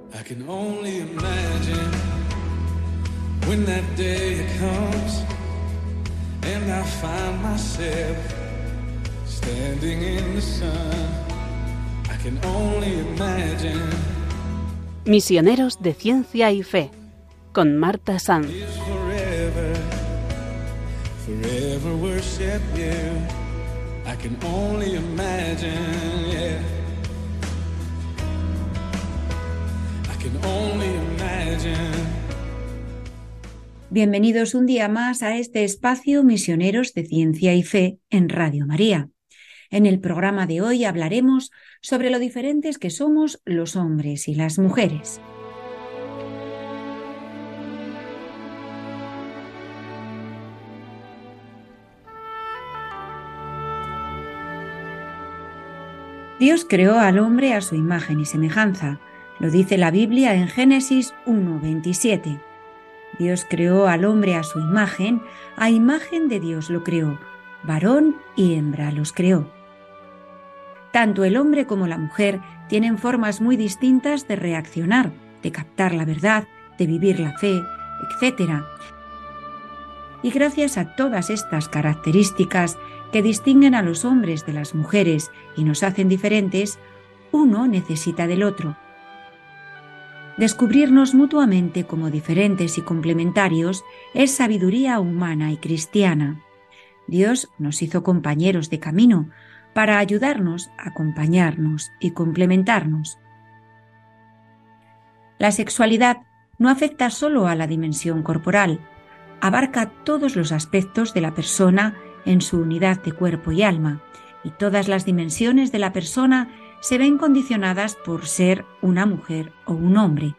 I can only imagine when that day comes and I find myself standing in the sun. I can only imagine. Misioneros de Ciencia y Fe, con Marta Sanz. Forever worship you. I can only imagine, yeah. I can only imagine. Bienvenidos un día más a este espacio Misioneros de Ciencia y Fe en Radio María. En el programa de hoy hablaremos sobre lo diferentes que somos los hombres y las mujeres. Dios creó al hombre a su imagen y semejanza. Lo dice la Biblia en Génesis 1:27. Dios creó al hombre a su imagen, a imagen de Dios lo creó, varón y hembra los creó. Tanto el hombre como la mujer tienen formas muy distintas de reaccionar, de captar la verdad, de vivir la fe, etc. Y gracias a todas estas características que distinguen a los hombres de las mujeres y nos hacen diferentes, uno necesita del otro. Descubrirnos mutuamente como diferentes y complementarios es sabiduría humana y cristiana. Dios nos hizo compañeros de camino para ayudarnos, acompañarnos y complementarnos. La sexualidad no afecta solo a la dimensión corporal, abarca todos los aspectos de la persona en su unidad de cuerpo y alma, y todas las dimensiones de la persona se ven condicionadas por ser una mujer o un hombre.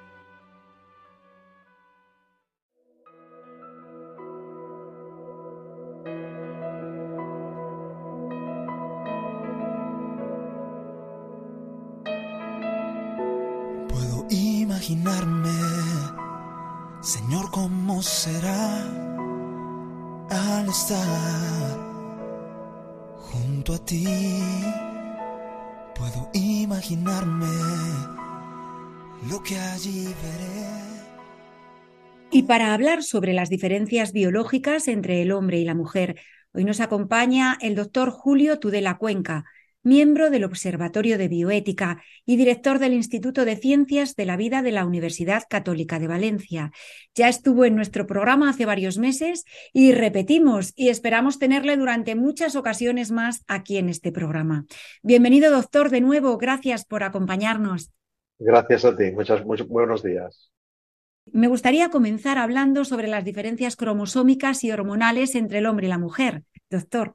Puedo imaginarme, Señor, cómo será al estar junto a ti. Puedo imaginarme lo que allí veré. Y para hablar sobre las diferencias biológicas entre el hombre y la mujer, hoy nos acompaña el doctor Julio Tudela Cuenca, miembro del Observatorio de Bioética y director del Instituto de Ciencias de la Vida de la Universidad Católica de Valencia. Ya estuvo en nuestro programa hace varios meses y repetimos y esperamos tenerle durante muchas ocasiones más aquí en este programa. Bienvenido, doctor, de nuevo. Gracias por acompañarnos. Gracias a ti. Muchos buenos días. Me gustaría comenzar hablando sobre las diferencias cromosómicas y hormonales entre el hombre y la mujer, doctor.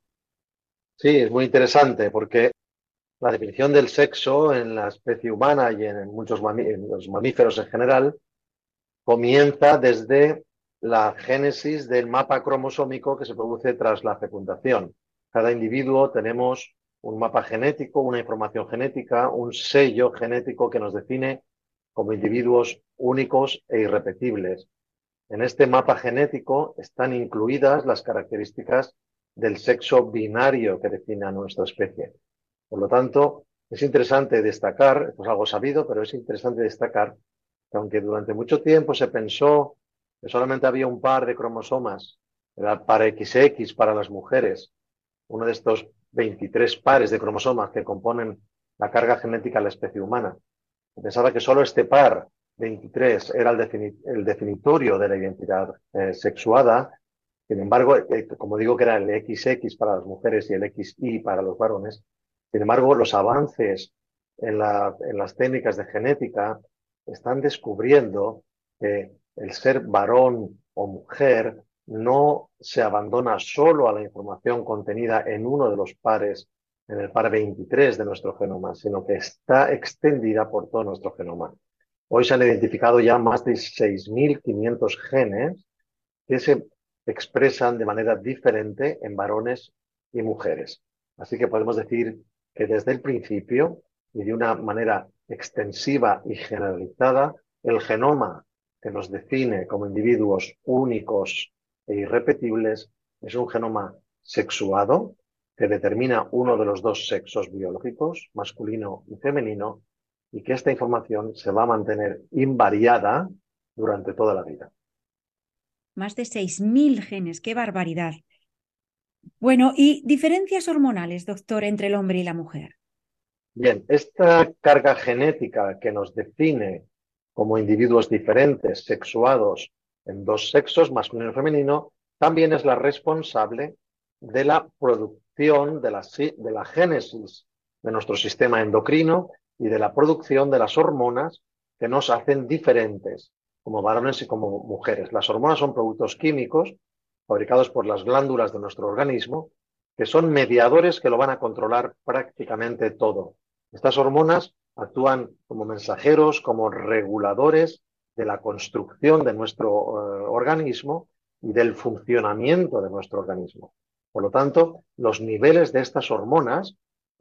Sí, es muy interesante porque la definición del sexo en la especie humana y en los mamíferos en general comienza desde la génesis del mapa cromosómico que se produce tras la fecundación. Cada individuo tenemos un mapa genético, una información genética, un sello genético que nos define como individuos únicos e irrepetibles. En este mapa genético están incluidas las características del sexo binario que define a nuestra especie. Por lo tanto, es interesante destacar, esto es algo sabido, pero es interesante destacar que aunque durante mucho tiempo se pensó que solamente había un par de cromosomas, era el par XX para las mujeres, uno de estos 23 pares de cromosomas que componen la carga genética de la especie humana, se pensaba que solo este par 23 era el definitorio de la identidad sexuada. Sin embargo, como digo que era el XX para las mujeres y el XY para los varones, sin embargo, los avances en las técnicas de genética están descubriendo que el ser varón o mujer no se abandona solo a la información contenida en uno de los pares, en el par 23 de nuestro genoma, sino que está extendida por todo nuestro genoma. Hoy se han identificado ya más de 6.500 genes que se expresan de manera diferente en varones y mujeres. Así que podemos decir que desde el principio y de una manera extensiva y generalizada, el genoma que nos define como individuos únicos e irrepetibles es un genoma sexuado que determina uno de los dos sexos biológicos, masculino y femenino, y que esta información se va a mantener invariada durante toda la vida. Más de 6.000 genes, qué barbaridad. Bueno, ¿y diferencias hormonales, doctor, entre el hombre y la mujer? Bien, esta carga genética que nos define como individuos diferentes, sexuados en dos sexos, masculino y femenino, también es la responsable de la producción, de la génesis de nuestro sistema endocrino y de la producción de las hormonas que nos hacen diferentes como varones y como mujeres. Las hormonas son productos químicos fabricados por las glándulas de nuestro organismo que son mediadores que lo van a controlar prácticamente todo. Estas hormonas actúan como mensajeros, como reguladores de la construcción de nuestro organismo y del funcionamiento de nuestro organismo. Por lo tanto, los niveles de estas hormonas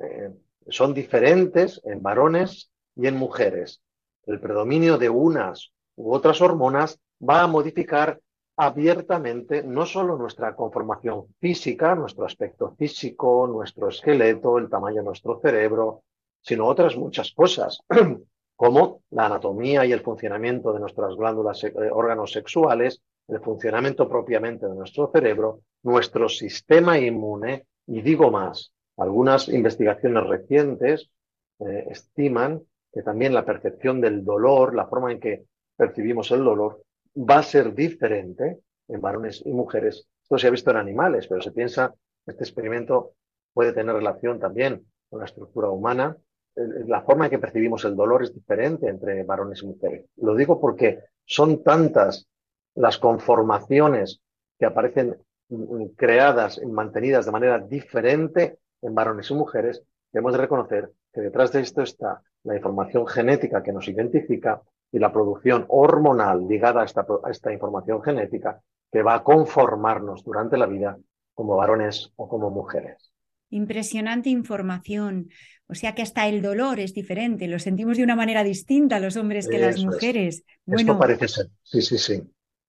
son diferentes en varones y en mujeres. El predominio de unas u otras hormonas va a modificar abiertamente no solo nuestra conformación física, nuestro aspecto físico, nuestro esqueleto, el tamaño de nuestro cerebro, sino otras muchas cosas, como la anatomía y el funcionamiento de nuestras glándulas, órganos sexuales, el funcionamiento propiamente de nuestro cerebro, nuestro sistema inmune, y digo más, algunas investigaciones recientes estiman que también la percepción del dolor, la forma en que percibimos el dolor, va a ser diferente en varones y mujeres. Esto se ha visto en animales, pero se piensa que este experimento puede tener relación también con la estructura humana. La forma en que percibimos el dolor es diferente entre varones y mujeres. Lo digo porque son tantas las conformaciones que aparecen creadas y mantenidas de manera diferente en varones y mujeres, que hemos de reconocer que detrás de esto está la información genética que nos identifica y la producción hormonal ligada a esta información genética que va a conformarnos durante la vida como varones o como mujeres. Impresionante información. O sea que hasta el dolor es diferente, lo sentimos de una manera distinta los hombres que las Eso es. mujeres. Esto Bueno, parece ser. Sí, sí, sí.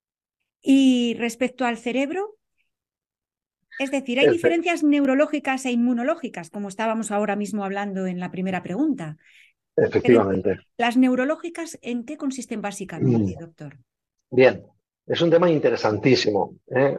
y respecto al cerebro, es decir, hay El, diferencias neurológicas e inmunológicas, como estábamos ahora mismo hablando en la primera pregunta. Pero efectivamente. las neurológicas, ¿en qué consisten básicamente, doctor? Bien, es un tema interesantísimo.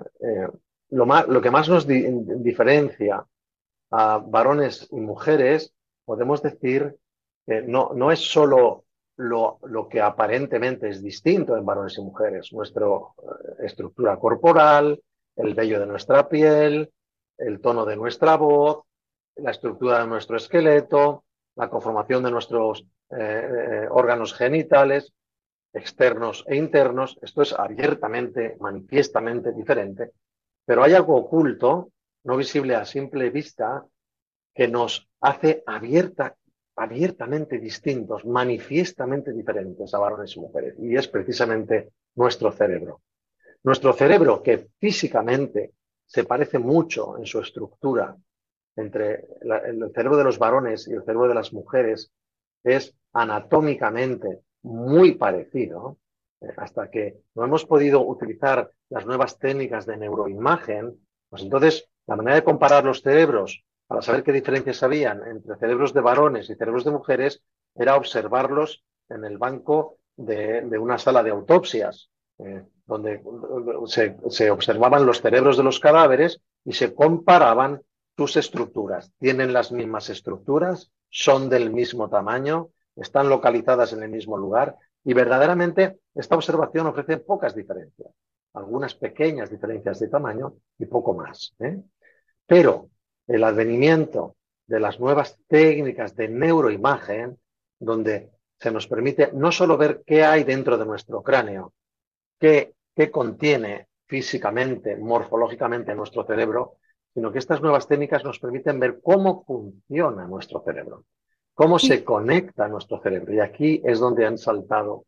Lo que más nos diferencia a varones y mujeres, podemos decir que no es solo lo que aparentemente es distinto en varones y mujeres, nuestra estructura corporal, el vello de nuestra piel, el tono de nuestra voz, la estructura de nuestro esqueleto, la conformación de nuestros órganos genitales, externos e internos. Esto es abiertamente, manifiestamente diferente, pero hay algo oculto, no visible a simple vista, que nos hace abiertamente distintos, manifiestamente diferentes a varones y mujeres, y es precisamente nuestro cerebro. Nuestro cerebro, que físicamente se parece mucho en su estructura entre el cerebro de los varones y el cerebro de las mujeres, es anatómicamente muy parecido, hasta que no hemos podido utilizar las nuevas técnicas de neuroimagen, pues entonces la manera de comparar los cerebros para saber qué diferencias habían entre cerebros de varones y cerebros de mujeres era observarlos en el banco de una sala de autopsias, donde se observaban los cerebros de los cadáveres y se comparaban sus estructuras. Tienen las mismas estructuras, son del mismo tamaño, están localizadas en el mismo lugar y verdaderamente esta observación ofrece pocas diferencias, algunas pequeñas diferencias de tamaño y poco más. Pero el advenimiento de las nuevas técnicas de neuroimagen, donde se nos permite no solo ver qué hay dentro de nuestro cráneo, qué contiene físicamente, morfológicamente nuestro cerebro, sino que estas nuevas técnicas nos permiten ver cómo funciona nuestro cerebro, cómo se conecta nuestro cerebro. Y aquí es donde han saltado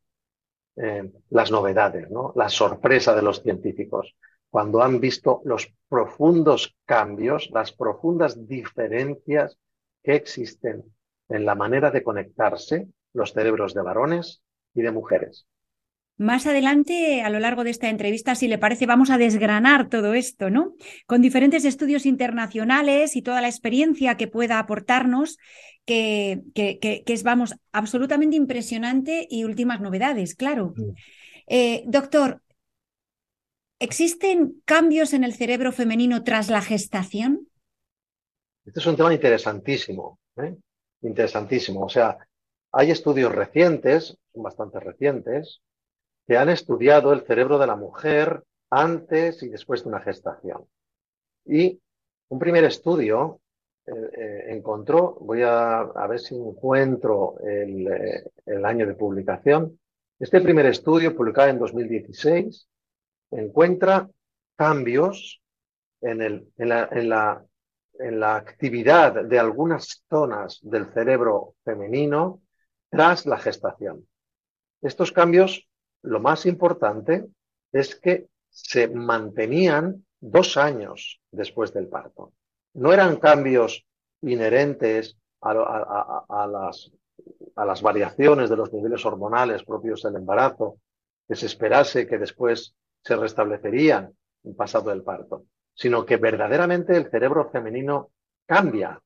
las novedades, ¿no? La sorpresa de los científicos, cuando han visto los profundos cambios, las profundas diferencias que existen en la manera de conectarse los cerebros de varones y de mujeres. Más adelante, a lo largo de esta entrevista, si le parece, vamos a desgranar todo esto, ¿no? Con diferentes estudios internacionales y toda la experiencia que pueda aportarnos, que es, vamos, absolutamente impresionante y últimas novedades, claro. Doctor, ¿existen cambios en el cerebro femenino tras la gestación? Este es un tema interesantísimo, ¿eh? Interesantísimo. O sea, hay estudios recientes, son bastante recientes, que han estudiado el cerebro de la mujer antes y después de una gestación. Y un primer estudio encontró, voy a ver si encuentro el año de publicación. Este primer estudio, publicado en 2016, encuentra cambios en la actividad de algunas zonas del cerebro femenino tras la gestación. Estos cambios, lo más importante es que se mantenían 2 años después del parto. No eran cambios inherentes a las variaciones de los niveles hormonales propios del embarazo, que se esperase que después se restablecerían pasado el parto, sino que verdaderamente el cerebro femenino cambia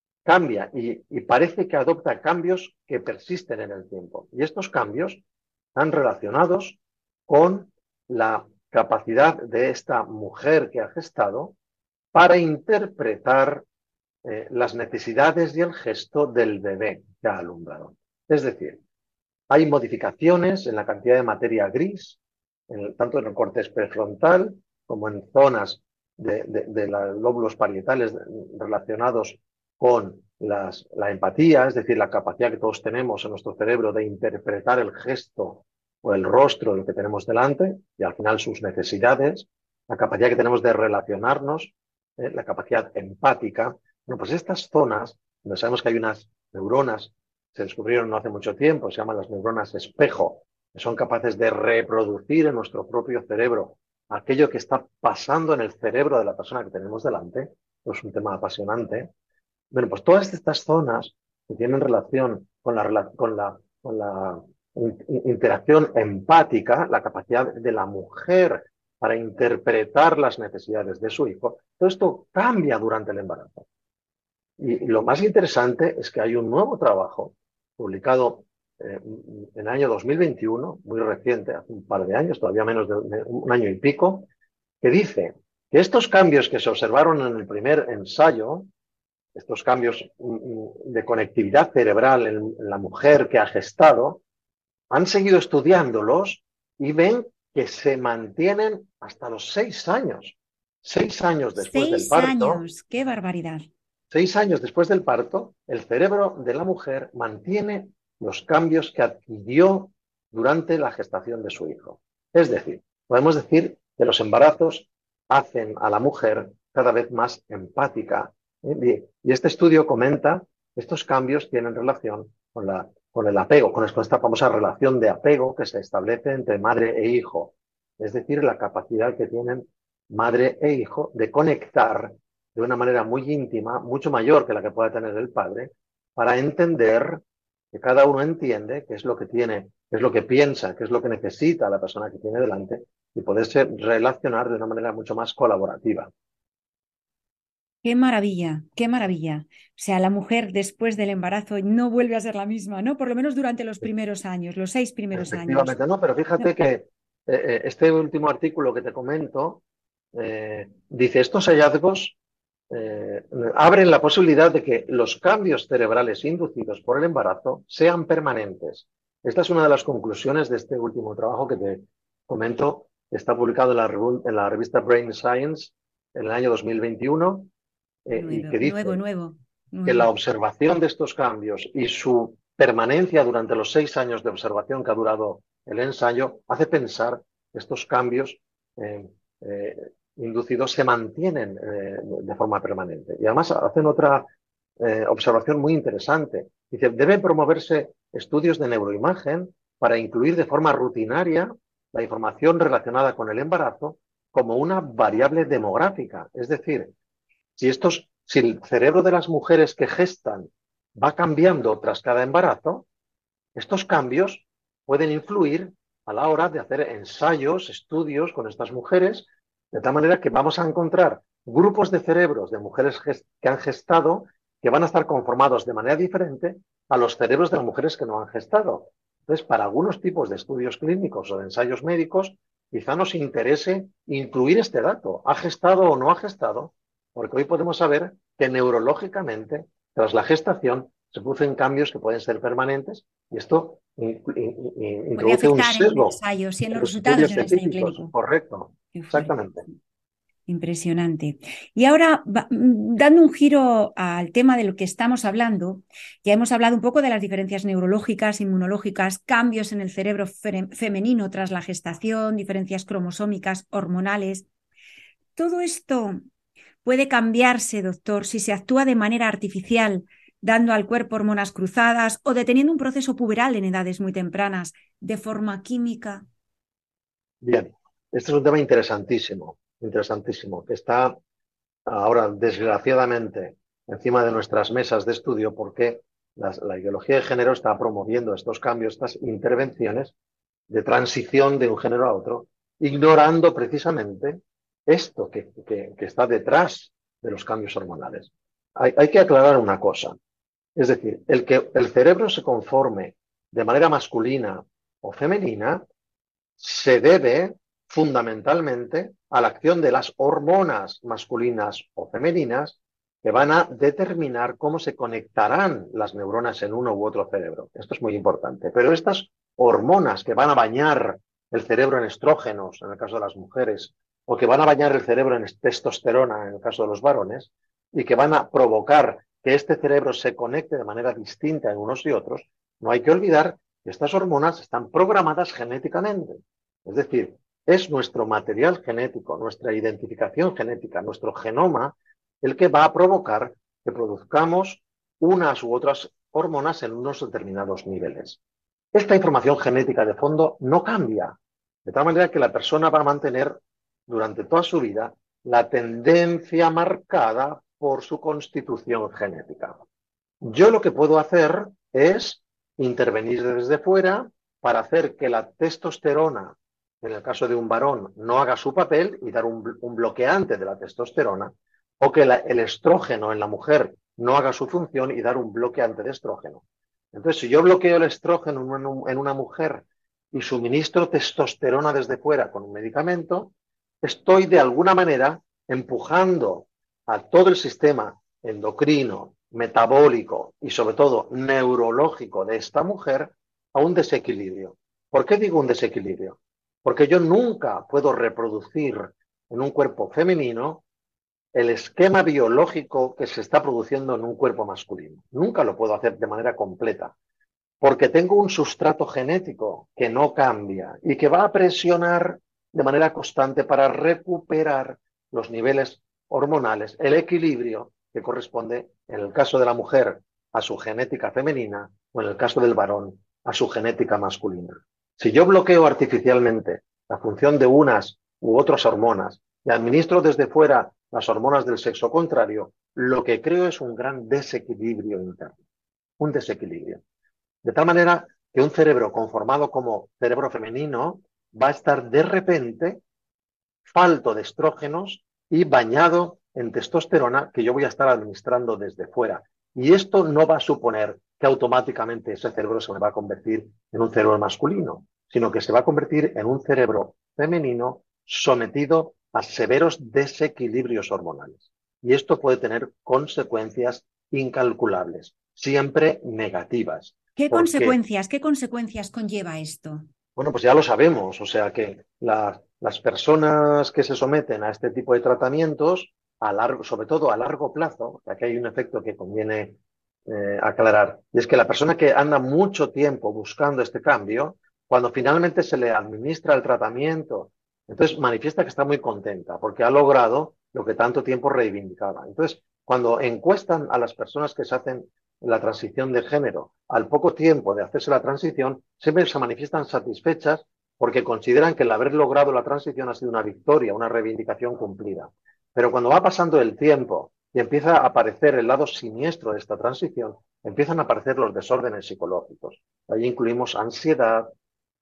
y parece que adopta cambios que persisten en el tiempo. Y estos cambios están relacionados con la capacidad de esta mujer que ha gestado para interpretar las necesidades y el gesto del bebé que ha alumbrado. Es decir, hay modificaciones en la cantidad de materia gris, tanto en el corte prefrontal como en zonas de los lóbulos parietales relacionados con la empatía, es decir, la capacidad que todos tenemos en nuestro cerebro de interpretar el gesto o el rostro del que tenemos delante y al final sus necesidades, la capacidad que tenemos de relacionarnos, la capacidad empática. Bueno, pues estas zonas, donde sabemos que hay unas neuronas, se descubrieron no hace mucho tiempo, se llaman las neuronas espejo, que son capaces de reproducir en nuestro propio cerebro aquello que está pasando en el cerebro de la persona que tenemos delante. Es un tema apasionante. Bueno, pues todas estas zonas que tienen relación con la interacción empática, la capacidad de la mujer para interpretar las necesidades de su hijo, todo esto cambia durante el embarazo. Y lo más interesante es que hay un nuevo trabajo publicado en el año 2021, muy reciente, hace un par de años, todavía menos de un año y pico, que dice que estos cambios que se observaron en el primer ensayo, estos cambios de conectividad cerebral en la mujer que ha gestado, han seguido estudiándolos y ven que se mantienen hasta los 6 años. 6 años después del parto. 6 años, qué barbaridad. 6 años después del parto, el cerebro de la mujer mantiene los cambios que adquirió durante la gestación de su hijo. Es decir, podemos decir que los embarazos hacen a la mujer cada vez más empática. Y este estudio comenta que estos cambios tienen relación con el apego, con esta famosa relación de apego que se establece entre madre e hijo. Es decir, la capacidad que tienen madre e hijo de conectar de una manera muy íntima, mucho mayor que la que pueda tener el padre, para entender que cada uno entiende qué es lo que tiene, qué es lo que piensa, qué es lo que necesita la persona que tiene delante y poderse relacionar de una manera mucho más colaborativa. Qué maravilla, qué maravilla. O sea, la mujer después del embarazo no vuelve a ser la misma, ¿no? Por lo menos durante los primeros años, los 6 primeros años. Efectivamente, no, pero fíjate que este último artículo que te comento dice, estos hallazgos abren la posibilidad de que los cambios cerebrales inducidos por el embarazo sean permanentes. Esta es una de las conclusiones de este último trabajo que te comento. Está publicado en la revista Brain Science en el año 2021 y que dice que la observación de estos cambios y su permanencia durante los 6 años de observación que ha durado el ensayo hace pensar que estos cambios inducidos se mantienen de forma permanente. Y además hacen otra observación muy interesante. Dice, deben promoverse estudios de neuroimagen para incluir de forma rutinaria la información relacionada con el embarazo como una variable demográfica. Es decir, si el cerebro de las mujeres que gestan va cambiando tras cada embarazo, estos cambios pueden influir a la hora de hacer ensayos, estudios con estas mujeres, de tal manera que vamos a encontrar grupos de cerebros de mujeres que han gestado que van a estar conformados de manera diferente a los cerebros de las mujeres que no han gestado. Entonces, para algunos tipos de estudios clínicos o de ensayos médicos, quizá nos interese incluir este dato, ¿ha gestado o no ha gestado? Porque hoy podemos saber que neurológicamente, tras la gestación, se producen cambios que pueden ser permanentes y esto Puede introduce un afectar en el sesgo ensayo, sí, en en los los resultados estudios del ensayo científicos. clínico. Correcto, Qué fuerte. exactamente. Impresionante. Y ahora, dando un giro al tema de lo que estamos hablando, ya hemos hablado un poco de las diferencias neurológicas, inmunológicas, cambios en el cerebro femenino tras la gestación, diferencias cromosómicas, hormonales. Todo esto puede cambiarse, doctor, si se actúa de manera artificial, dando al cuerpo hormonas cruzadas o deteniendo un proceso puberal en edades muy tempranas, de forma química. Bien, este es un tema interesantísimo, que está ahora, desgraciadamente, encima de nuestras mesas de estudio porque la ideología de género está promoviendo estos cambios, estas intervenciones de transición de un género a otro, ignorando precisamente esto que está detrás de los cambios hormonales. Hay que aclarar una cosa, es decir, el que el cerebro se conforme de manera masculina o femenina se debe fundamentalmente a la acción de las hormonas masculinas o femeninas que van a determinar cómo se conectarán las neuronas en uno u otro cerebro. Esto es muy importante. Pero estas hormonas que van a bañar el cerebro en estrógenos, en el caso de las mujeres, o que van a bañar el cerebro en testosterona, en el caso de los varones, y que van a provocar que este cerebro se conecte de manera distinta en unos y otros, no hay que olvidar que estas hormonas están programadas genéticamente. Es decir, es nuestro material genético, nuestra identificación genética, nuestro genoma, el que va a provocar que produzcamos unas u otras hormonas en unos determinados niveles. Esta información genética de fondo no cambia, de tal manera que la persona va a mantener durante toda su vida la tendencia marcada por su constitución genética. Yo lo que puedo hacer es intervenir desde fuera para hacer que la testosterona, en el caso de un varón, no haga su papel y dar un bloqueante de la testosterona, o que el estrógeno en la mujer no haga su función y dar un bloqueante de estrógeno. Entonces, si yo bloqueo el estrógeno en una mujer y suministro testosterona desde fuera con un medicamento, estoy de alguna manera empujando a todo el sistema endocrino, metabólico y sobre todo neurológico de esta mujer a un desequilibrio. ¿Por qué digo un desequilibrio? Porque yo nunca puedo reproducir en un cuerpo femenino el esquema biológico que se está produciendo en un cuerpo masculino. Nunca lo puedo hacer de manera completa, porque tengo un sustrato genético que no cambia y que va a presionar de manera constante para recuperar los niveles hormonales, el equilibrio que corresponde, en el caso de la mujer, a su genética femenina o en el caso del varón, a su genética masculina. Si yo bloqueo artificialmente la función de unas u otras hormonas y administro desde fuera las hormonas del sexo contrario, lo que creo es un gran desequilibrio interno, un desequilibrio. De tal manera que un cerebro conformado como cerebro femenino va a estar de repente falto de estrógenos y bañado en testosterona que yo voy a estar administrando desde fuera. Y esto no va a suponer que automáticamente ese cerebro se me va a convertir en un cerebro masculino, sino que se va a convertir en un cerebro femenino sometido a severos desequilibrios hormonales. Y esto puede tener consecuencias incalculables, siempre negativas. ¿Qué consecuencias conlleva esto? Bueno, pues ya lo sabemos, o sea que las personas que se someten a este tipo de tratamientos, sobre todo a largo plazo, aquí hay un efecto que conviene aclarar, y es que la persona que anda mucho tiempo buscando este cambio, cuando finalmente se le administra el tratamiento, entonces manifiesta que está muy contenta porque ha logrado lo que tanto tiempo reivindicaba. Entonces, cuando encuestan a las personas que se hacen la transición de género, al poco tiempo de hacerse la transición, siempre se manifiestan satisfechas porque consideran que el haber logrado la transición ha sido una victoria, una reivindicación cumplida. Pero cuando va pasando el tiempo y empieza a aparecer el lado siniestro de esta transición, empiezan a aparecer los desórdenes psicológicos. Ahí incluimos ansiedad,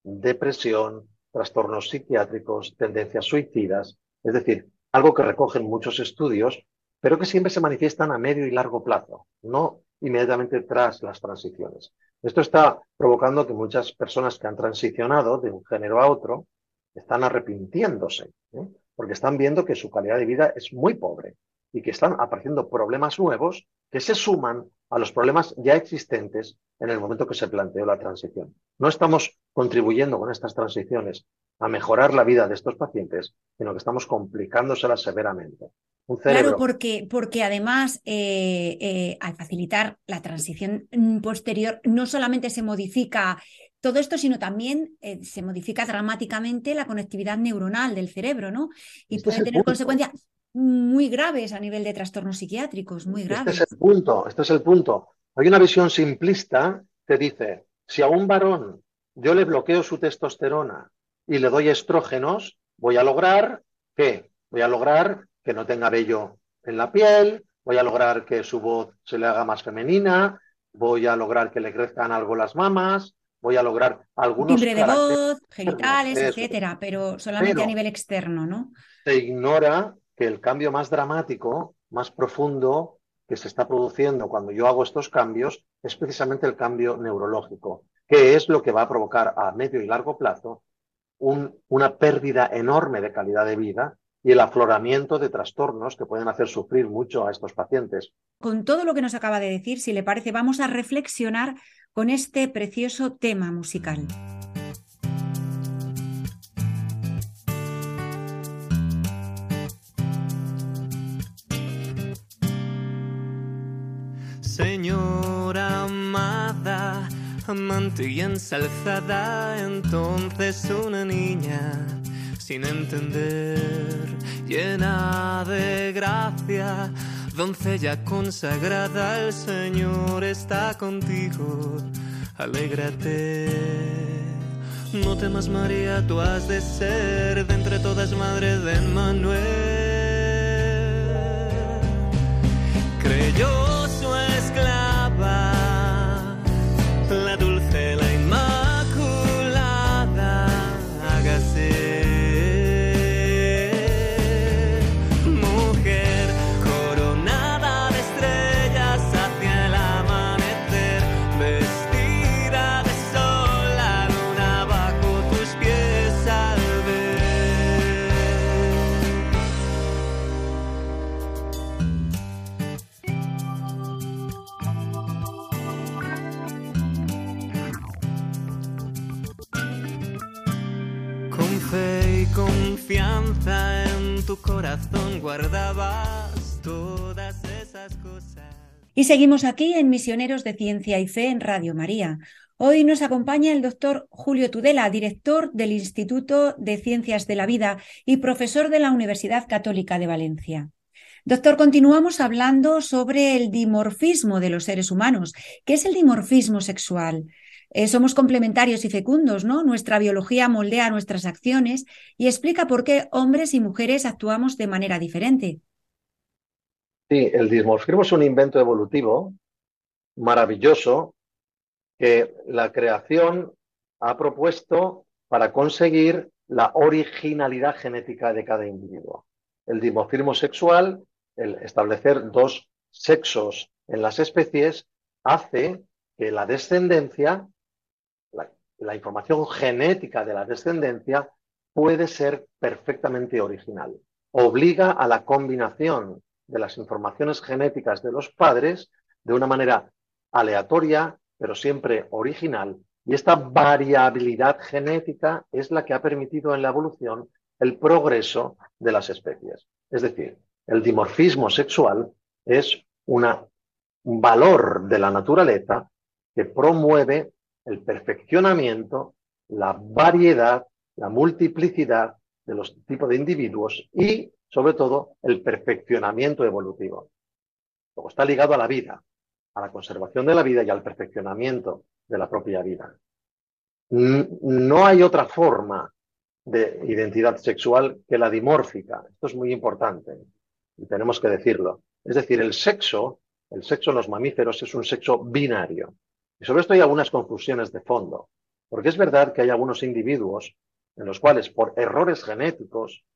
depresión, trastornos psiquiátricos, tendencias suicidas, es decir, algo que recogen muchos estudios, pero que siempre se manifiestan a medio y largo plazo, no inmediatamente tras las transiciones. Esto está provocando que muchas personas que han transicionado de un género a otro están arrepintiéndose, ¿eh? Porque están viendo que su calidad de vida es muy pobre y que están apareciendo problemas nuevos que se suman a los problemas ya existentes en el momento que se planteó la transición. No estamos contribuyendo con estas transiciones a mejorar la vida de estos pacientes, sino que estamos complicándosela severamente. Un Claro, cerebro. porque además al facilitar la transición posterior no solamente se modifica todo esto, sino también se modifica dramáticamente la conectividad neuronal del cerebro, ¿no? Y Este es puede el tener punto. consecuencias muy graves a nivel de trastornos psiquiátricos, muy Este es graves. el punto, este es el punto. Hay una visión simplista que dice, si a un varón yo le bloqueo su testosterona y le doy estrógenos, voy a lograr ¿qué? Voy a lograr que no tenga vello en la piel, voy a lograr que su voz se le haga más femenina, voy a lograr que le crezcan algo las mamas, voy a lograr algunos Timbre de caracteres voz, externos, genitales, eso. etcétera, pero solamente a Pero nivel externo, ¿no? se ignora que el cambio más dramático, más profundo que se está produciendo cuando yo hago estos cambios es precisamente el cambio neurológico, que es lo que va a provocar a medio y largo plazo una pérdida enorme de calidad de vida y el afloramiento de trastornos que pueden hacer sufrir mucho a estos pacientes. Con todo lo que nos acaba de decir, si le parece, vamos a reflexionar con este precioso tema musical. Señora amada, amante y ensalzada, entonces una niña sin entender, llena de gracia, doncella consagrada, el Señor está contigo, alégrate. No temas, María, tú has de ser de entre todas madre de Emmanuel. Creyó su esclava, la dulce, la inmaculada, hágase. Mujer coronada de estrellas hacia el amanecer, vestida de sol, la luna bajo tus pies al Con fe y confianza en tu corazón guardabas todas esas cosas. Y seguimos aquí en Misioneros de Ciencia y Fe en Radio María. Hoy nos acompaña el doctor Julio Tudela, director del Instituto de Ciencias de la Vida y profesor de la Universidad Católica de Valencia. Doctor, continuamos hablando sobre el dimorfismo de los seres humanos. ¿Qué es el dimorfismo sexual? Somos complementarios y fecundos, ¿no? Nuestra biología moldea nuestras acciones y explica por qué hombres y mujeres actuamos de manera diferente. Sí, el dimorfismo es un invento evolutivo maravilloso que la creación ha propuesto para conseguir la originalidad genética de cada individuo. El dimorfismo sexual, el establecer dos sexos en las especies, hace que la descendencia, la información genética de la descendencia, puede ser perfectamente original. Obliga a la combinación de las informaciones genéticas de los padres de una manera aleatoria, pero siempre original. Y esta variabilidad genética es la que ha permitido en la evolución el progreso de las especies. Es decir, el dimorfismo sexual es un valor de la naturaleza que promueve el perfeccionamiento, la variedad, la multiplicidad de los tipos de individuos y, sobre todo, el perfeccionamiento evolutivo. Luego está ligado a la vida, a la conservación de la vida y al perfeccionamiento de la propia vida. No hay otra forma de identidad sexual que la dimórfica. Esto es muy importante y tenemos que decirlo. Es decir, el sexo en los mamíferos es un sexo binario. Y sobre esto hay algunas conclusiones de fondo. Porque es verdad que hay algunos individuos en los cuales por errores genéticos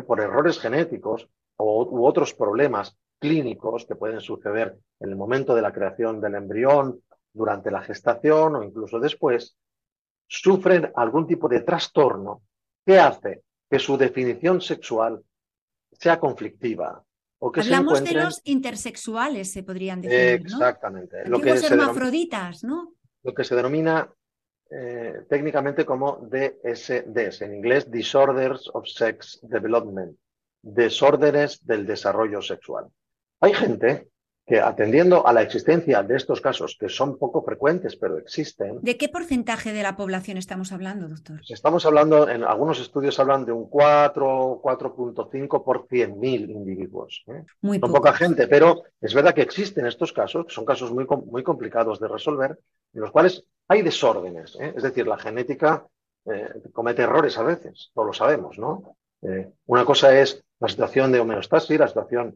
u otros problemas clínicos que pueden suceder en el momento de la creación del embrión, durante la gestación o incluso después, sufren algún tipo de trastorno que hace que su definición sexual sea conflictiva o que se Hablamos de encuentren los intersexuales, se podrían definir, ¿no? exactamente Antiguos hermafroditas, ¿no? lo que se denomina técnicamente como DSDs, en inglés Disorders of Sex Development, desórdenes del desarrollo sexual. Hay gente que, atendiendo a la existencia de estos casos, que son poco frecuentes, pero existen. ¿De qué porcentaje de la población estamos hablando, doctor? Pues estamos hablando, en algunos estudios hablan de un 4,5 por 100.000 individuos. Muy Son poco. poca gente, pero es verdad que existen estos casos, que son casos muy complicados de resolver, en los cuales hay desórdenes. Es decir, la genética comete errores a veces, todos lo sabemos, ¿no? Una cosa es la situación de homeostasis, la situación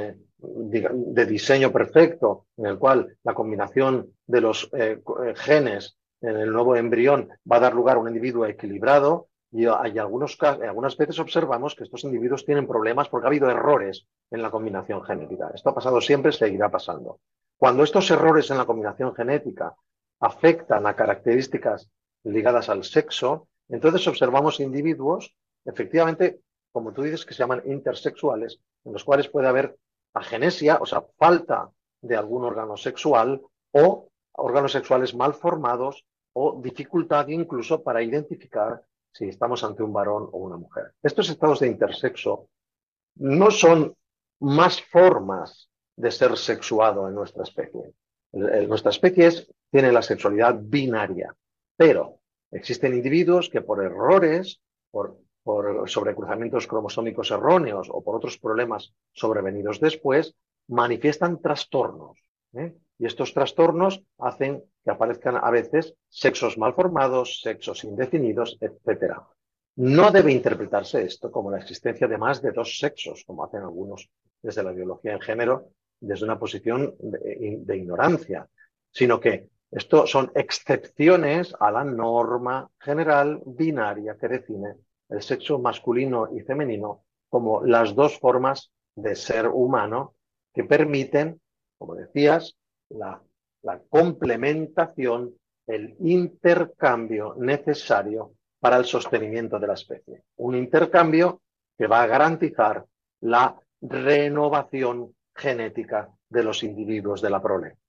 de diseño perfecto, en el cual la combinación de los genes en el nuevo embrión va a dar lugar a un individuo equilibrado, y hay algunas veces observamos que estos individuos tienen problemas porque ha habido errores en la combinación genética. Esto ha pasado siempre, seguirá pasando. Cuando estos errores en la combinación genética afectan a características ligadas al sexo, entonces observamos individuos, efectivamente, como tú dices, que se llaman intersexuales, en los cuales puede haber agenesia, o sea, falta de algún órgano sexual o órganos sexuales mal formados o dificultad incluso para identificar si estamos ante un varón o una mujer. Estos estados de intersexo no son más formas de ser sexuado en nuestra especie. Nuestra especie tiene la sexualidad binaria, pero existen individuos que por errores, por sobrecruzamientos cromosómicos erróneos o por otros problemas sobrevenidos después, manifiestan trastornos. Y estos trastornos hacen que aparezcan a veces sexos malformados, sexos indefinidos, etc. No debe interpretarse esto como la existencia de más de dos sexos, como hacen algunos desde la biología en género, desde una posición de ignorancia, sino que esto son excepciones a la norma general binaria que define el sexo masculino y femenino como las dos formas de ser humano que permiten, como decías, la complementación, el intercambio necesario para el sostenimiento de la especie. Un intercambio que va a garantizar la renovación genética de los individuos de la prole.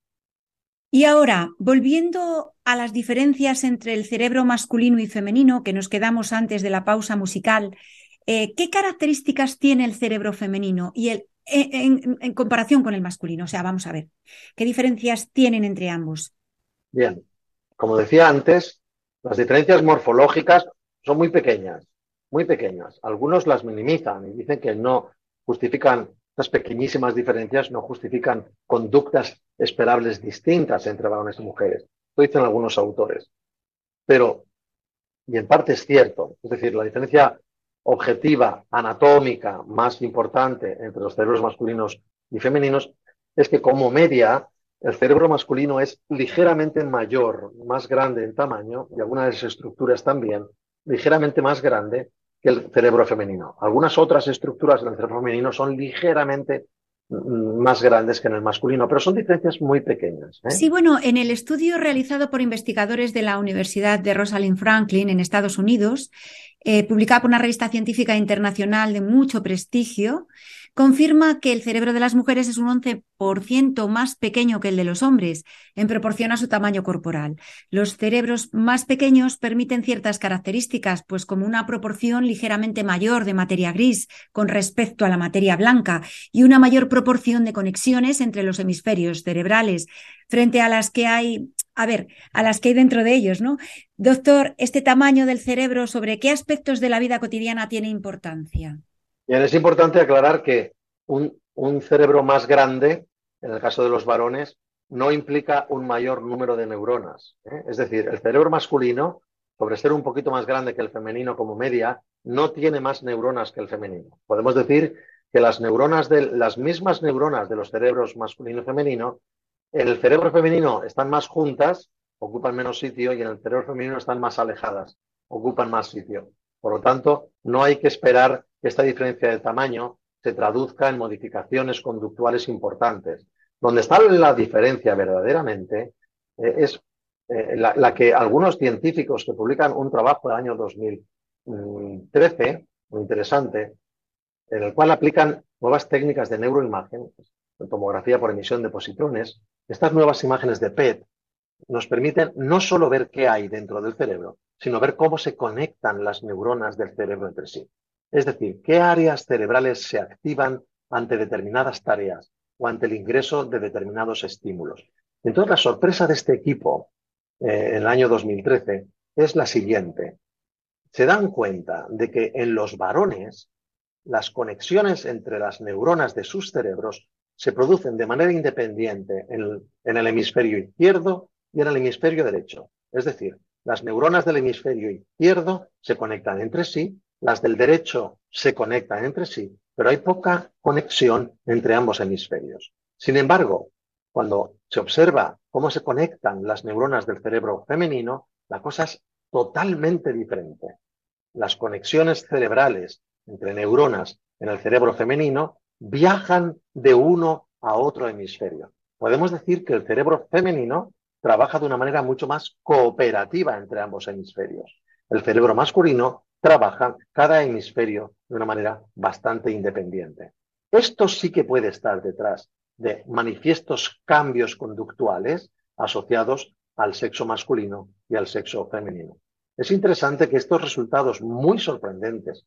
Y ahora, volviendo a las diferencias entre el cerebro masculino y femenino, que nos quedamos antes de la pausa musical, ¿qué características tiene el cerebro femenino y en comparación con el masculino? O sea, vamos a ver, ¿qué diferencias tienen entre ambos? Bien, como decía antes, las diferencias morfológicas son muy pequeñas, muy pequeñas. Algunos las minimizan y dicen que no justifican, estas pequeñísimas diferencias no justifican conductas esperables distintas entre varones y mujeres. Lo dicen algunos autores. Pero, y en parte es cierto, es decir, la diferencia objetiva, anatómica, más importante entre los cerebros masculinos y femeninos es que como media el cerebro masculino es ligeramente mayor, más grande en tamaño, y algunas de las estructuras también, ligeramente más grande que el cerebro femenino. Algunas otras estructuras del cerebro femenino son ligeramente más grandes que en el masculino, pero son diferencias muy pequeñas. Sí, bueno, en el estudio realizado por investigadores de la Universidad de Rosalind Franklin en Estados Unidos, publicado por una revista científica internacional de mucho prestigio, confirma que el cerebro de las mujeres es un 11% más pequeño que el de los hombres en proporción a su tamaño corporal. Los cerebros más pequeños permiten ciertas características, pues como una proporción ligeramente mayor de materia gris con respecto a la materia blanca y una mayor proporción de conexiones entre los hemisferios cerebrales frente a las que hay, a las que hay dentro de ellos, ¿no? Doctor, ¿este tamaño del cerebro sobre qué aspectos de la vida cotidiana tiene importancia? Bien, es importante aclarar que un cerebro más grande, en el caso de los varones, no implica un mayor número de neuronas. Es decir, el cerebro masculino, sobre ser un poquito más grande que el femenino como media, no tiene más neuronas que el femenino. Podemos decir que las mismas neuronas de los cerebros masculino y femenino, en el cerebro femenino están más juntas ocupan menos sitio y en el cerebro femenino están más alejadas, ocupan más sitio. Por lo tanto, no hay que esperar que esta diferencia de tamaño se traduzca en modificaciones conductuales importantes. Donde está la diferencia verdaderamente es la que algunos científicos que publican un trabajo del año 2013, muy interesante, en el cual aplican nuevas técnicas de neuroimagen, de tomografía por emisión de positrones. Estas nuevas imágenes de PET nos permiten no solo ver qué hay dentro del cerebro, sino ver cómo se conectan las neuronas del cerebro entre sí. Es decir, qué áreas cerebrales se activan ante determinadas tareas o ante el ingreso de determinados estímulos. Entonces, la sorpresa de este equipo en el año 2013 es la siguiente. Se dan cuenta de que en los varones las conexiones entre las neuronas de sus cerebros se producen de manera independiente en el hemisferio izquierdo y en el hemisferio derecho. Es decir, las neuronas del hemisferio izquierdo se conectan entre sí, las del derecho se conectan entre sí, pero hay poca conexión entre ambos hemisferios. Sin embargo, cuando se observa cómo se conectan las neuronas del cerebro femenino, la cosa es totalmente diferente. Las conexiones cerebrales entre neuronas en el cerebro femenino viajan de uno a otro hemisferio. Podemos decir que el cerebro femenino trabaja de una manera mucho más cooperativa entre ambos hemisferios. El cerebro masculino trabaja cada hemisferio de una manera bastante independiente. Esto sí que puede estar detrás de manifiestos cambios conductuales asociados al sexo masculino y al sexo femenino. Es interesante que estos resultados muy sorprendentes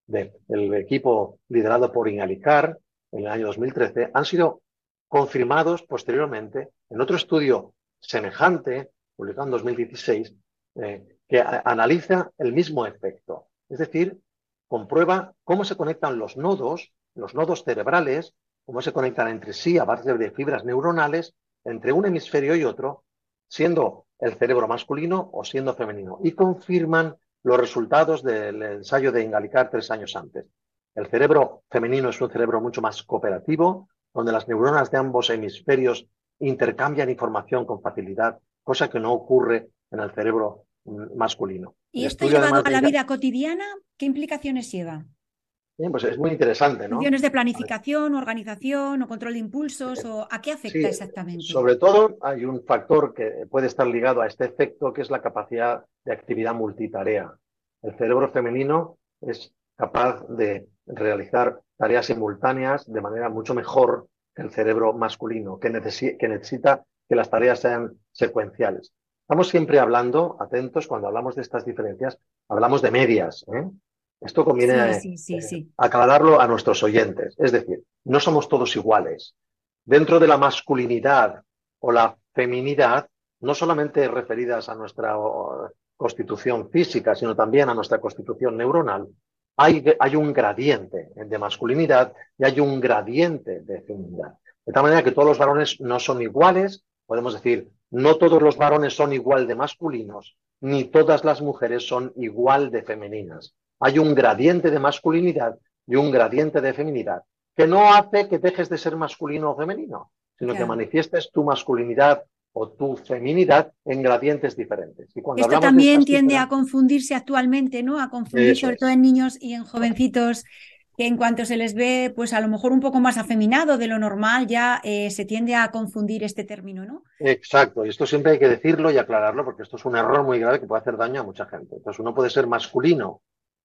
del equipo liderado por Ingalikar en el año 2013 han sido confirmados posteriormente en otro estudio semejante, publicado en 2016, que analiza el mismo efecto. Es decir, comprueba cómo se conectan los nodos cerebrales, cómo se conectan entre sí a base de fibras neuronales entre un hemisferio y otro, siendo el cerebro masculino o siendo femenino, y confirman los resultados del ensayo de Ingalikar 3 años antes. El cerebro femenino es un cerebro mucho más cooperativo, donde las neuronas de ambos hemisferios intercambian información con facilidad, cosa que no ocurre en el cerebro masculino. ¿Y esto llevado a la vida cotidiana, qué implicaciones lleva? Bien, pues es muy interesante, ¿no? ¿Funciones de planificación, organización o control de impulsos? ¿O a qué afecta exactamente? Sobre todo hay un factor que puede estar ligado a este efecto, que es la capacidad de actividad multitarea. El cerebro femenino es capaz de realizar tareas simultáneas de manera mucho mejor que el cerebro masculino, que necesita que las tareas sean secuenciales. Estamos siempre hablando, atentos, cuando hablamos de estas diferencias, hablamos de medias, ¿eh? Esto conviene aclararlo a nuestros oyentes. Es decir, no somos todos iguales. Dentro de la masculinidad o la feminidad, no solamente referidas a nuestra constitución física, sino también a nuestra constitución neuronal, hay un gradiente de masculinidad y hay un gradiente de feminidad. De tal manera que todos los varones no son iguales, podemos decir, no todos los varones son igual de masculinos, ni todas las mujeres son igual de femeninas. Hay un gradiente de masculinidad y un gradiente de feminidad, que no hace que dejes de ser masculino o femenino, sino que manifiestes tu masculinidad o tu feminidad en gradientes diferentes. Y cuando esto también tiende a confundirse actualmente, ¿no? A confundir sobre todo en niños y en jovencitos, que en cuanto se les ve, pues a lo mejor un poco más afeminado de lo normal, ya se tiende a confundir este término, ¿no? Exacto, y esto siempre hay que decirlo y aclararlo, porque esto es un error muy grave que puede hacer daño a mucha gente. Entonces uno puede ser masculino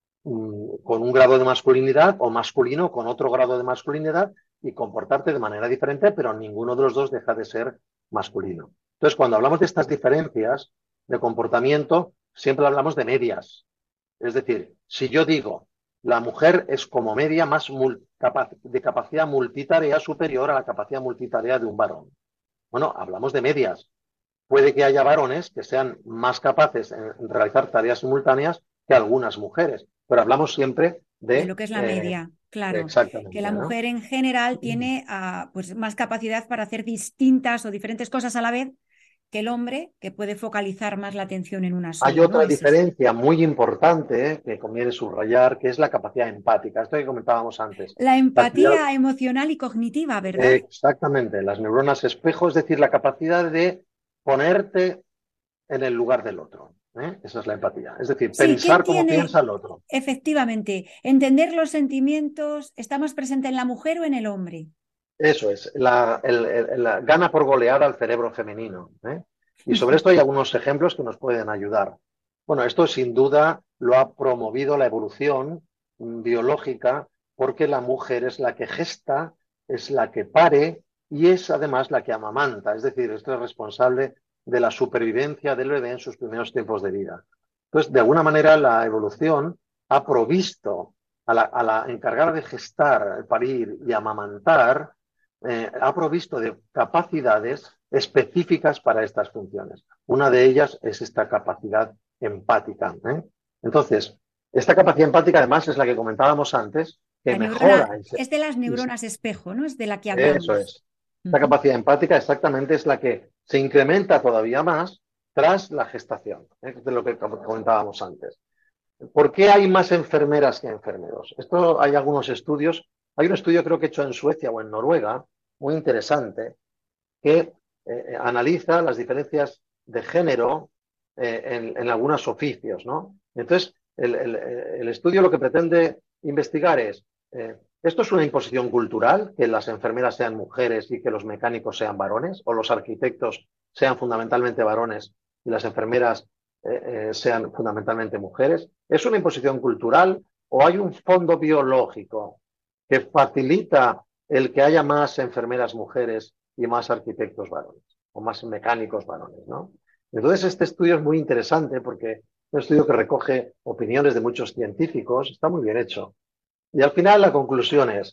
con un grado de masculinidad o masculino con otro grado de masculinidad y comportarte de manera diferente, pero ninguno de los dos deja de ser masculino. Entonces, cuando hablamos de estas diferencias de comportamiento, siempre hablamos de medias. Es decir, si yo digo, la mujer es como media más de capacidad multitarea superior a la capacidad multitarea de un varón. Bueno, hablamos de medias. Puede que haya varones que sean más capaces en realizar tareas simultáneas que algunas mujeres, pero hablamos siempre de lo que es la media, claro. Exactamente, que la mujer en general tiene pues más capacidad para hacer distintas o diferentes cosas a la vez que el hombre, que puede focalizar más la atención en una sola. Hay otra diferencia muy importante que conviene subrayar, que es la capacidad empática. Esto que comentábamos antes. La empatía emocional y cognitiva, ¿verdad? Exactamente, las neuronas espejo, es decir, la capacidad de ponerte en el lugar del otro. Esa es la empatía. Es decir, Sí, ¿qué pensar como tiene? piensa el otro. Efectivamente, entender los sentimientos está más presente en la mujer o en el hombre. Eso es, la gana por golear al cerebro femenino. Y sobre esto hay algunos ejemplos que nos pueden ayudar. Bueno, esto sin duda lo ha promovido la evolución biológica porque la mujer es la que gesta, es la que pare y es además la que amamanta. Es decir, esto es responsable de la supervivencia del bebé en sus primeros tiempos de vida. Entonces, de alguna manera, la evolución ha provisto a la encargada de gestar, parir y amamantar, ha provisto de capacidades específicas para estas funciones. Una de ellas es esta capacidad empática. Entonces, esta capacidad empática además es la que comentábamos antes, que La neurona mejora. es de las neuronas espejo, ¿no? Es de la que Eso hablamos. es. Esta capacidad empática exactamente es la que se incrementa todavía más tras la gestación, de lo que comentábamos antes. ¿Por qué hay más enfermeras que enfermeros? Esto hay algunos estudios. Hay un estudio creo que hecho en Suecia o en Noruega, muy interesante, que analiza las diferencias de género en algunos oficios, ¿no? Entonces, el estudio lo que pretende investigar es, ¿esto es una imposición cultural, que las enfermeras sean mujeres y que los mecánicos sean varones, o los arquitectos sean fundamentalmente varones y las enfermeras sean fundamentalmente mujeres? ¿Es una imposición cultural o hay un fondo biológico que facilita el que haya más enfermeras mujeres y más arquitectos varones o más mecánicos varones, ¿no? Entonces este estudio es muy interesante porque es un estudio que recoge opiniones de muchos científicos, está muy bien hecho. Y al final la conclusión es,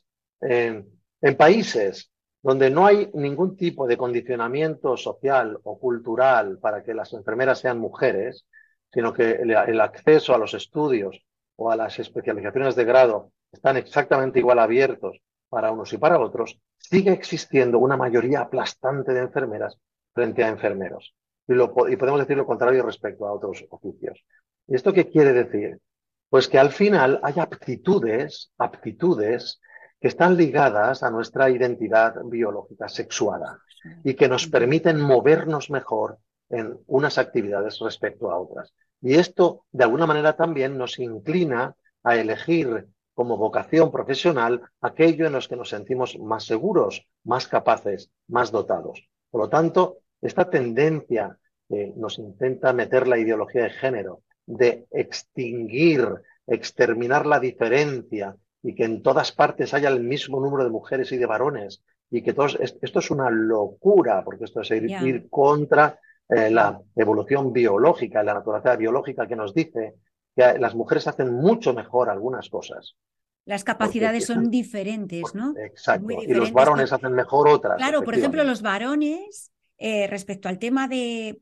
en países donde no hay ningún tipo de condicionamiento social o cultural para que las enfermeras sean mujeres, sino que el acceso a los estudios o a las especializaciones de grado están exactamente igual abiertos para unos y para otros, sigue existiendo una mayoría aplastante de enfermeras frente a enfermeros. Y podemos decir lo contrario respecto a otros oficios. ¿Y esto qué quiere decir? Pues que al final hay aptitudes que están ligadas a nuestra identidad biológica sexuada y que nos permiten movernos mejor en unas actividades respecto a otras. Y esto, de alguna manera, también nos inclina a elegir como vocación profesional aquello en los que nos sentimos más seguros, más capaces, más dotados. Por lo tanto, esta tendencia que nos intenta meter la ideología de género, de extinguir, exterminar la diferencia y que en todas partes haya el mismo número de mujeres y de varones y que todos, esto es una locura, porque esto es ir contra la evolución biológica, la naturaleza biológica que nos dice que las mujeres hacen mucho mejor algunas cosas. Las capacidades son diferentes, ¿no? Exacto. Muy Y los diferentes. varones hacen mejor otras. Claro, por ejemplo, los varones, respecto al tema de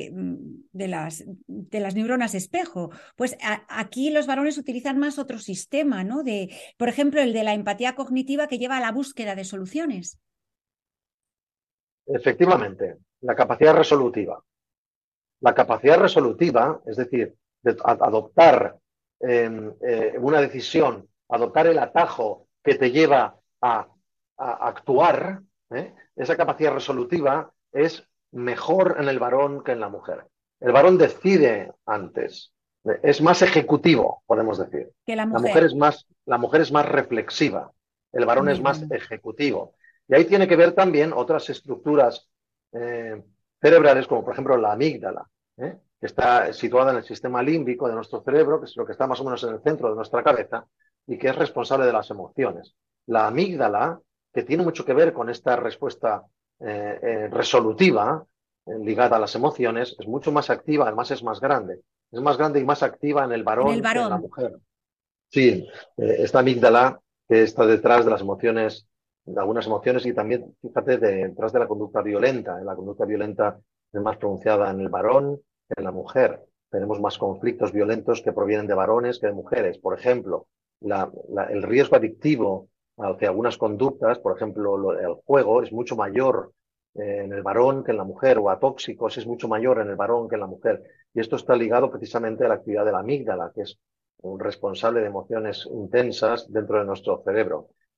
las neuronas espejo, pues aquí los varones utilizan más otro sistema, ¿no? Por ejemplo, el de la empatía cognitiva que lleva a la búsqueda de soluciones. Efectivamente, la capacidad resolutiva. La capacidad resolutiva, es decir, de adoptar una decisión, adoptar el atajo que te lleva a actuar, esa capacidad resolutiva es mejor en el varón que en la mujer. El varón decide antes, es más ejecutivo, podemos decir. Que la mujer es más reflexiva, el varón es más ejecutivo. Y ahí tiene que ver también otras estructuras cerebrales, como por ejemplo la amígdala, que está situada en el sistema límbico de nuestro cerebro, que es lo que está más o menos en el centro de nuestra cabeza y que es responsable de las emociones. La amígdala, que tiene mucho que ver con esta respuesta resolutiva ligada a las emociones, es mucho más activa, además es más grande. Es más grande y más activa en el varón que en la mujer. Sí, esta amígdala que está detrás de las emociones, de algunas emociones y también, fíjate, detrás de la conducta violenta. La conducta violenta es más pronunciada en el varón que en la mujer. Tenemos más conflictos violentos que provienen de varones que de mujeres. Por ejemplo, el riesgo adictivo hacia algunas conductas, por ejemplo, el juego, es mucho mayor en el varón que en la mujer, o a tóxicos es mucho mayor en el varón que en la mujer. Y esto está ligado precisamente a la actividad de la amígdala, que es un responsable de emociones intensas dentro de nuestro cerebro.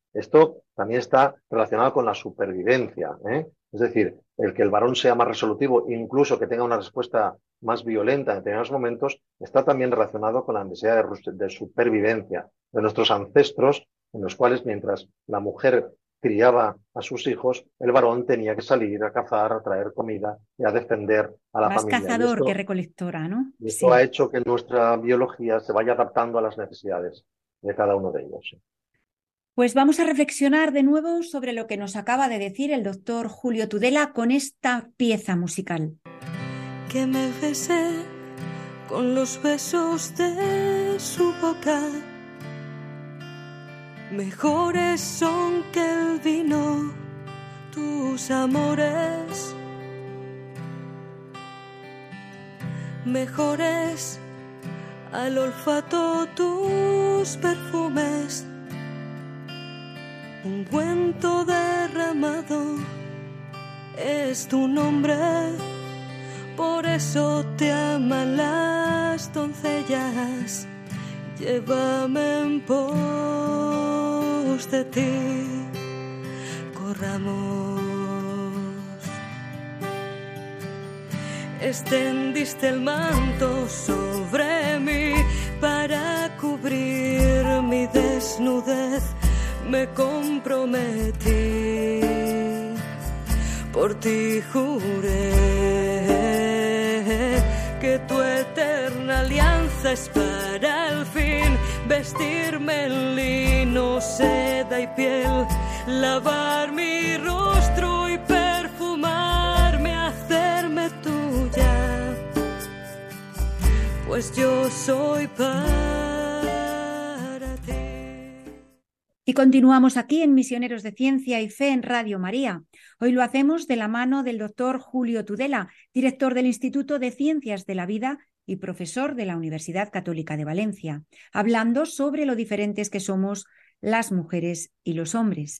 Esto también está relacionado con la supervivencia, ¿eh? Es decir, el que el varón sea más resolutivo, incluso que tenga una respuesta más violenta en determinados momentos, está también relacionado con la necesidad de supervivencia de nuestros ancestros, en los cuales mientras la mujer criaba a sus hijos, el varón tenía que salir a cazar, a traer comida y a defender a la Más familia. cazador que recolectora, ¿no? Y esto ha Sí. hecho que nuestra biología se vaya adaptando a las necesidades de cada uno de ellos. Pues vamos a reflexionar de nuevo sobre lo que nos acaba de decir el doctor Julio Tudela con esta pieza musical. Que me besé con los besos de su boca. Mejores son que el vino, tus amores. Mejores al olfato tus perfumes. Ungüento derramado es tu nombre, por eso te aman las doncellas. Llévame en pos de ti, corramos. Extendiste el manto sobre mí para cubrir mi desnudez. Me comprometí, por ti juré que tu eterna alianza es para el fin vestirme en lino, seda y piel, lavar mi rostro y perfumarme, hacerme tuya, pues yo soy para ti. Y continuamos aquí en Misioneros de Ciencia y Fe en Radio María. Hoy lo hacemos de la mano del doctor Julio Tudela, director del Instituto de Ciencias de la Vida y profesor de la Universidad Católica de Valencia, hablando sobre lo diferentes que somos las mujeres y los hombres.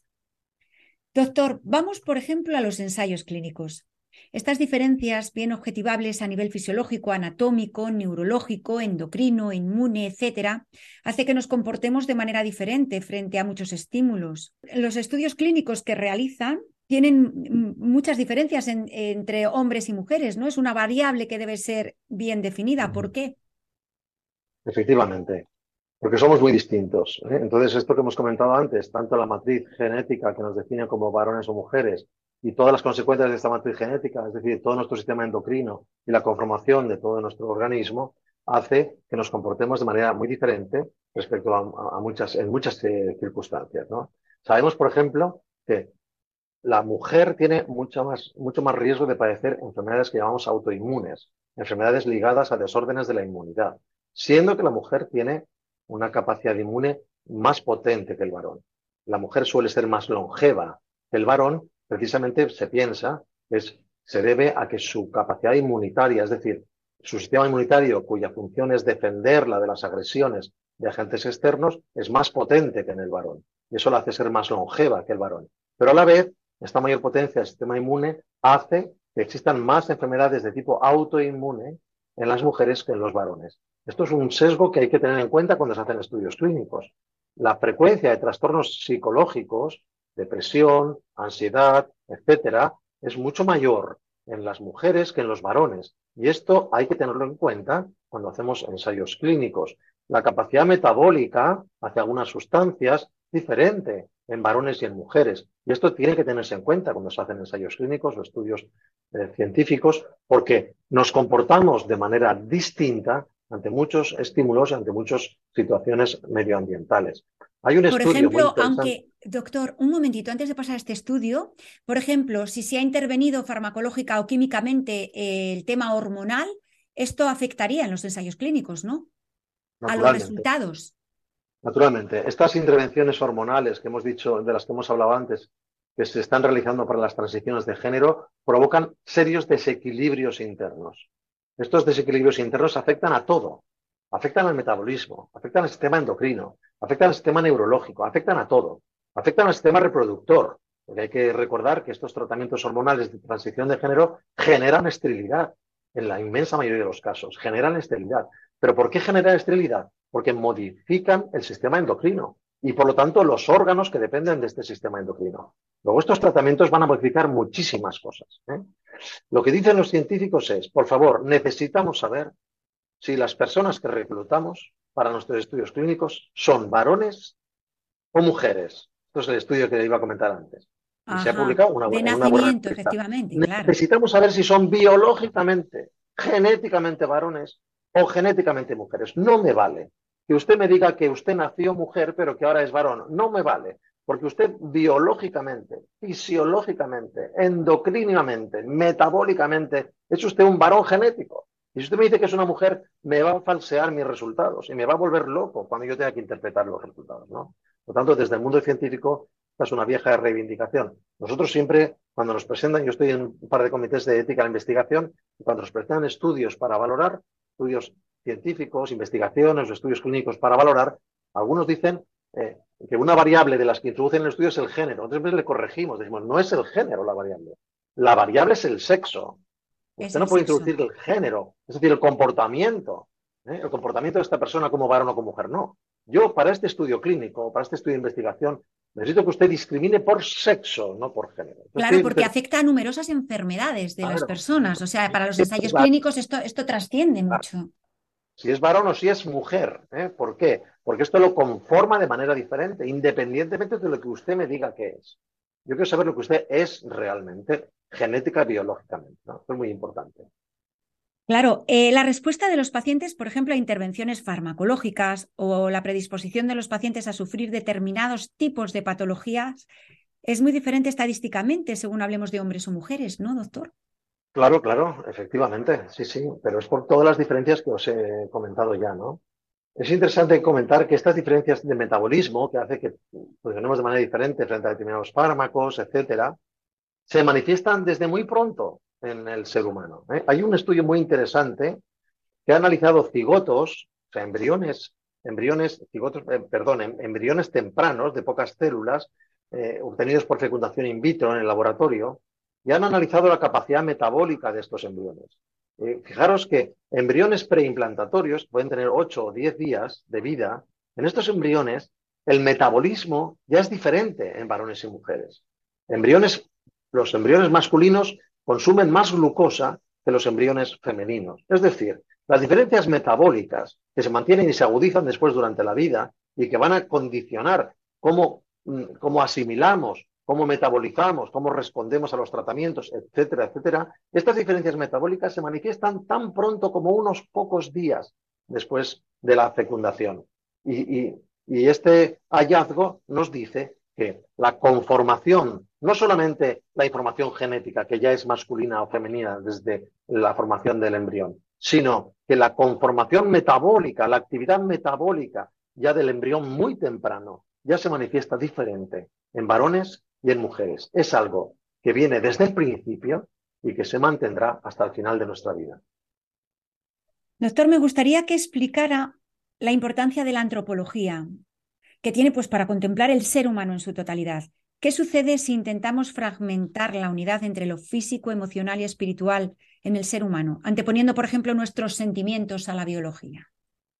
Doctor, vamos por ejemplo a los ensayos clínicos. Estas diferencias, bien objetivables a nivel fisiológico, anatómico, neurológico, endocrino, inmune, etcétera, hace que nos comportemos de manera diferente frente a muchos estímulos. Los estudios clínicos que realizan tienen muchas diferencias entre hombres y mujeres, ¿no? Es una variable que debe ser bien definida. ¿Por qué? Efectivamente, porque somos muy distintos, ¿eh? Entonces, esto que hemos comentado antes, tanto la matriz genética que nos define como varones o mujeres, y todas las consecuencias de esta matriz genética, es decir, todo nuestro sistema endocrino y la conformación de todo nuestro organismo, hace que nos comportemos de manera muy diferente respecto a en muchas circunstancias, ¿no? Sabemos, por ejemplo, que la mujer tiene mucho más riesgo de padecer enfermedades que llamamos autoinmunes, enfermedades ligadas a desórdenes de la inmunidad, siendo que la mujer tiene una capacidad inmune más potente que el varón. La mujer suele ser más longeva que el varón, precisamente se piensa que se debe a que su capacidad inmunitaria, es decir, su sistema inmunitario, cuya función es defenderla de las agresiones de agentes externos, es más potente que en el varón. Y eso la hace ser más longeva que el varón. Pero a la vez, esta mayor potencia del sistema inmune hace que existan más enfermedades de tipo autoinmune en las mujeres que en los varones. Esto es un sesgo que hay que tener en cuenta cuando se hacen estudios clínicos. La frecuencia de trastornos psicológicos, depresión, ansiedad, etcétera, es mucho mayor en las mujeres que en los varones. Y esto hay que tenerlo en cuenta cuando hacemos ensayos clínicos. La capacidad metabólica hacia algunas sustancias es diferente en varones y en mujeres. Y esto tiene que tenerse en cuenta cuando se hacen ensayos clínicos o estudios científicos, porque nos comportamos de manera distinta ante muchos estímulos, ante muchas situaciones medioambientales. Hay un Por estudio ejemplo, muy interesante. aunque, doctor, un momentito, antes de pasar a este estudio, por ejemplo, si se ha intervenido farmacológica o químicamente el tema hormonal, esto afectaría en los ensayos clínicos, ¿no? A los resultados. Naturalmente, estas intervenciones hormonales que hemos dicho, de las que hemos hablado antes, que se están realizando para las transiciones de género, provocan serios desequilibrios internos. Estos desequilibrios internos afectan a todo. Afectan al metabolismo, afectan al sistema endocrino, afectan al sistema neurológico, afectan a todo. Afectan al sistema reproductor, porque hay que recordar que estos tratamientos hormonales de transición de género generan esterilidad, en la inmensa mayoría de los casos, generan esterilidad. ¿Pero por qué generan esterilidad? Porque modifican el sistema endocrino y por lo tanto los órganos que dependen de este sistema endocrino. Luego estos tratamientos van a modificar muchísimas cosas, ¿eh? Lo que dicen los científicos es, por favor, necesitamos saber si las personas que reclutamos para nuestros estudios clínicos son varones o mujeres. Esto es el estudio que iba a comentar antes. Y se ha Ajá, publicado de en una buena nacimiento, revista. efectivamente, claro. Necesitamos saber si son biológicamente, genéticamente varones o genéticamente mujeres. No me vale que usted me diga que usted nació mujer pero que ahora es varón. No me vale, porque usted biológicamente, fisiológicamente, endocrinamente, metabólicamente, es usted un varón genético. Y si usted me dice que es una mujer, me va a falsear mis resultados y me va a volver loco cuando yo tenga que interpretar los resultados, ¿no? Por lo tanto, desde el mundo científico, esta es una vieja reivindicación. Nosotros siempre, cuando nos presentan, yo estoy en un par de comités de ética de investigación, y cuando nos presentan estudios para valorar, estudios científicos, investigaciones o estudios clínicos para valorar, algunos dicen que una variable de las que introducen en el estudio es el género. Entonces le corregimos, decimos, no es el género la variable es el sexo. Es Usted el no puede sexo. introducir el género, es decir, el comportamiento de esta persona como varón o como mujer. No. Yo, para este estudio clínico, para este estudio de investigación, necesito que usted discrimine por sexo, no por género. Claro, porque afecta a numerosas enfermedades de las personas. O sea, para los ensayos clínicos esto trasciende mucho. Si es varón o si es mujer. ¿Por qué? Porque esto lo conforma de manera diferente, independientemente de lo que usted me diga que es. Yo quiero saber lo que usted es realmente, genética, biológicamente, ¿no? Esto es muy importante. Claro, la respuesta de los pacientes, por ejemplo, a intervenciones farmacológicas o la predisposición de los pacientes a sufrir determinados tipos de patologías es muy diferente estadísticamente según hablemos de hombres o mujeres, ¿no, doctor? Claro, claro, efectivamente, sí, pero es por todas las diferencias que os he comentado ya, ¿no? Es interesante comentar que estas diferencias de metabolismo, que hace que funcionemos de manera diferente frente a determinados fármacos, etcétera, se manifiestan desde muy pronto en el ser humano, ¿eh? Hay un estudio muy interesante que ha analizado cigotos, o sea, embriones tempranos de pocas células, obtenidos por fecundación in vitro en el laboratorio, y han analizado la capacidad metabólica de estos embriones. Fijaros que embriones preimplantatorios pueden tener 8 o 10 días de vida. En estos embriones, el metabolismo ya es diferente en varones y mujeres. Los embriones masculinos consumen más glucosa que los embriones femeninos. Es decir, las diferencias metabólicas que se mantienen y se agudizan después durante la vida y que van a condicionar cómo asimilamos, cómo metabolizamos, cómo respondemos a los tratamientos, etcétera, etcétera, estas diferencias metabólicas se manifiestan tan pronto como unos pocos días después de la fecundación. Y este hallazgo nos dice que la conformación, no solamente la información genética, que ya es masculina o femenina desde la formación del embrión, sino que la conformación metabólica, la actividad metabólica ya del embrión muy temprano, ya se manifiesta diferente en varones y en mujeres. Es algo que viene desde el principio y que se mantendrá hasta el final de nuestra vida. Doctor, me gustaría que explicara la importancia de la antropología que tiene pues para contemplar el ser humano en su totalidad. ¿Qué sucede si intentamos fragmentar la unidad entre lo físico, emocional y espiritual en el ser humano, anteponiendo, por ejemplo, nuestros sentimientos a la biología?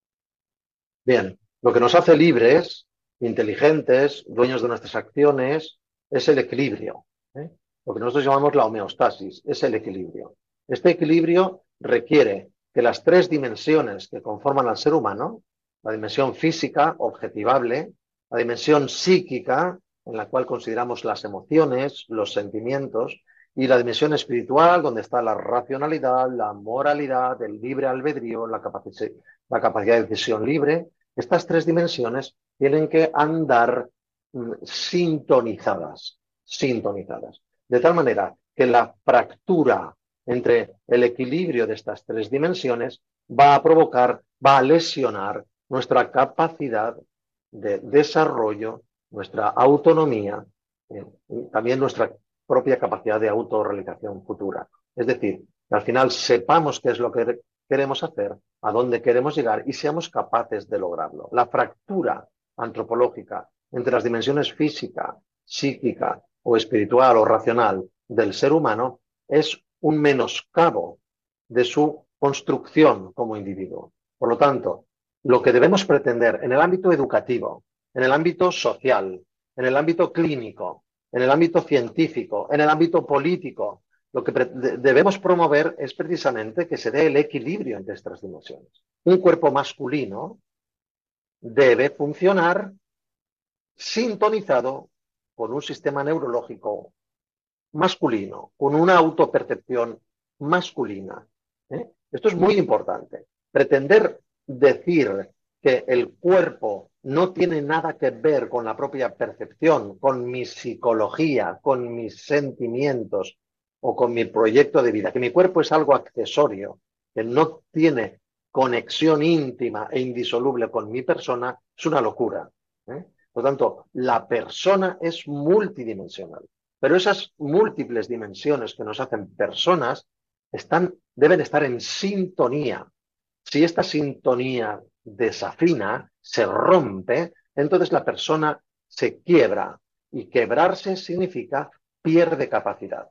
Bien, lo que nos hace libres, inteligentes, dueños de nuestras acciones, es el equilibrio, ¿eh? Lo que nosotros llamamos la homeostasis, es el equilibrio. Este equilibrio requiere que las 3 dimensiones que conforman al ser humano, la dimensión física, objetivable, la dimensión psíquica, en la cual consideramos las emociones, los sentimientos, y la dimensión espiritual, donde está la racionalidad, la moralidad, el libre albedrío, la capacidad de decisión libre. Estas 3 dimensiones tienen que andar sintonizadas. De tal manera que la fractura entre el equilibrio de estas 3 dimensiones va a lesionar nuestra capacidad de desarrollo, nuestra autonomía, también nuestra propia capacidad de autorrealización futura. Es decir, que al final sepamos qué es lo que queremos hacer, a dónde queremos llegar y seamos capaces de lograrlo. La fractura antropológica entre las dimensiones física, psíquica o espiritual o racional del ser humano es un menoscabo de su construcción como individuo. Por lo tanto, lo que debemos pretender en el ámbito educativo, en el ámbito social, en el ámbito clínico, en el ámbito científico, en el ámbito político. Lo que debemos promover es precisamente que se dé el equilibrio entre estas dimensiones. Un cuerpo masculino debe funcionar sintonizado con un sistema neurológico masculino, con una autopercepción masculina. Esto es muy importante. Pretender decir que el cuerpo no tiene nada que ver con la propia percepción, con mi psicología, con mis sentimientos o con mi proyecto de vida, que mi cuerpo es algo accesorio, que no tiene conexión íntima e indisoluble con mi persona, es una locura. Por lo tanto, la persona es multidimensional, pero esas múltiples dimensiones que nos hacen personas deben estar en sintonía. Si esta sintonía desafina, se rompe, entonces la persona se quiebra, y quebrarse significa pierde capacidad,